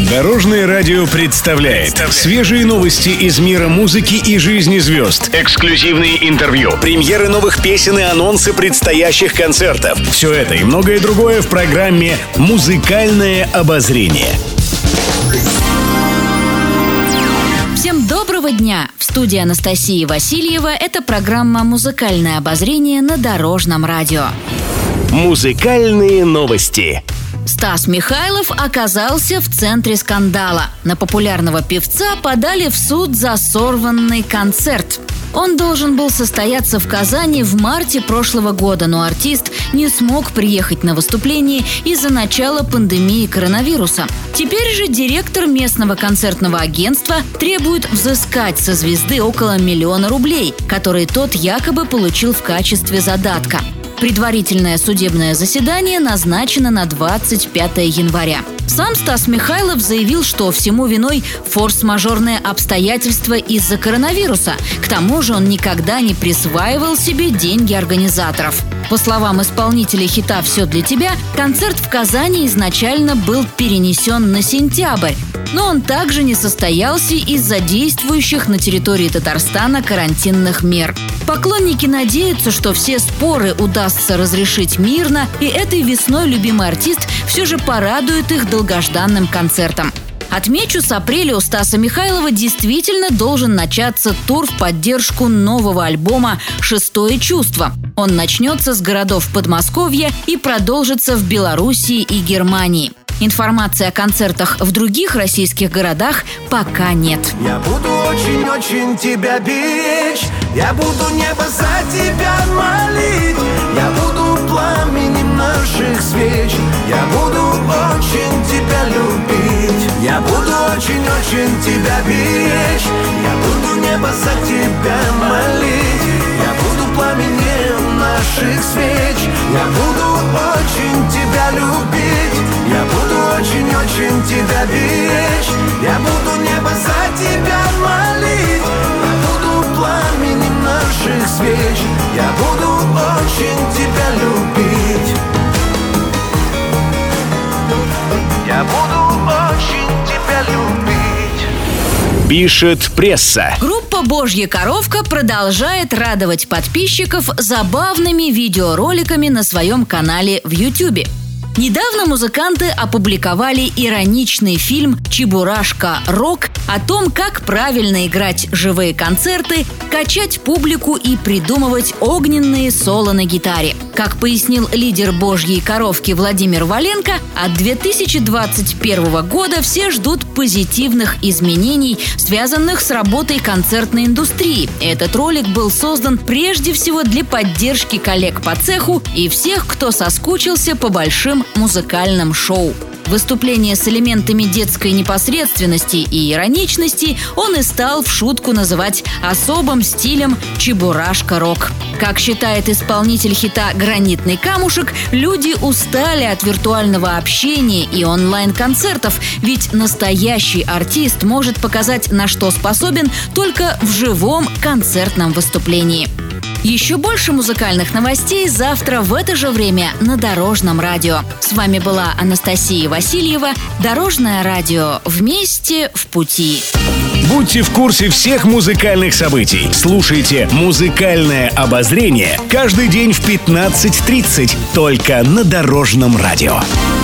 Дорожное радио представляет свежие новости из мира музыки и жизни звезд. Эксклюзивные интервью, премьеры новых песен и анонсы предстоящих концертов. Все это и многое другое в программе «Музыкальное обозрение». Всем доброго дня! В студии Анастасия Васильева. Это программа «Музыкальное обозрение» на Дорожном радио. Музыкальные новости. Стас Михайлов оказался в центре скандала. На популярного певца подали в суд за сорванный концерт. Он должен был состояться в Казани в марте прошлого года, но артист не смог приехать на выступление из-за начала пандемии коронавируса. Теперь же директор местного концертного агентства требует взыскать со звезды около 1 миллиона рублей, которые тот якобы получил в качестве задатка. Предварительное судебное заседание назначено на 25 января. Сам Стас Михайлов заявил, что всему виной форс-мажорные обстоятельства из-за коронавируса. К тому же он никогда не присваивал себе деньги организаторов. По словам исполнителя хита «Все для тебя», концерт в Казани изначально был перенесен на сентябрь, но он также не состоялся из-за действующих на территории Татарстана карантинных мер. Поклонники надеются, что все споры удастся разрешить мирно, и этой весной любимый артист все же порадует их долгожданным концертом. Отмечу, с апреля у Стаса Михайлова действительно должен начаться тур в поддержку нового альбома «Шестое чувство». Он начнется с городов Подмосковья и продолжится в Белоруссии и Германии. Информации о концертах в других российских городах пока нет. Я буду очень-очень тебя беречь, я буду небо за тебя молить, я буду пламенем наших свеч, я буду очень тебя любить, я буду очень-очень тебя беречь, я буду небо за тебя молить, я буду пламенем наших свеч, я буду очень тебя любить, я буду очень-очень тебя беречь, я буду небо за тебя молить, я буду пламенем наших свеч, я буду очень тебя любить, я буду очень тебя любить. Пишет пресса. Группа «Божья коровка» продолжает радовать подписчиков забавными видеороликами на своем канале в Ютубе. Недавно музыканты опубликовали ироничный фильм «Чебурашка Рок» о том, как правильно играть живые концерты, качать публику и придумывать огненные соло на гитаре. Как пояснил лидер «Божьей коровки» Владимир Валенко, от 2021 года все ждут позитивных изменений, связанных с работой концертной индустрии. Этот ролик был создан прежде всего для поддержки коллег по цеху и всех, кто соскучился по большим музыкальным шоу. Выступление с элементами детской непосредственности и ироничности он и стал в шутку называть особым стилем «Чебурашка-рок». Как считает исполнитель хита «Гранитный камушек», люди устали от виртуального общения и онлайн-концертов, ведь настоящий артист может показать, на что способен, только в живом концертном выступлении. Еще больше музыкальных новостей завтра в это же время на Дорожном радио. С вами была Анастасия Васильева. Дорожное радио. Вместе в пути. Будьте в курсе всех музыкальных событий. Слушайте «Музыкальное обозрение» каждый день в 15:30 только на Дорожном радио.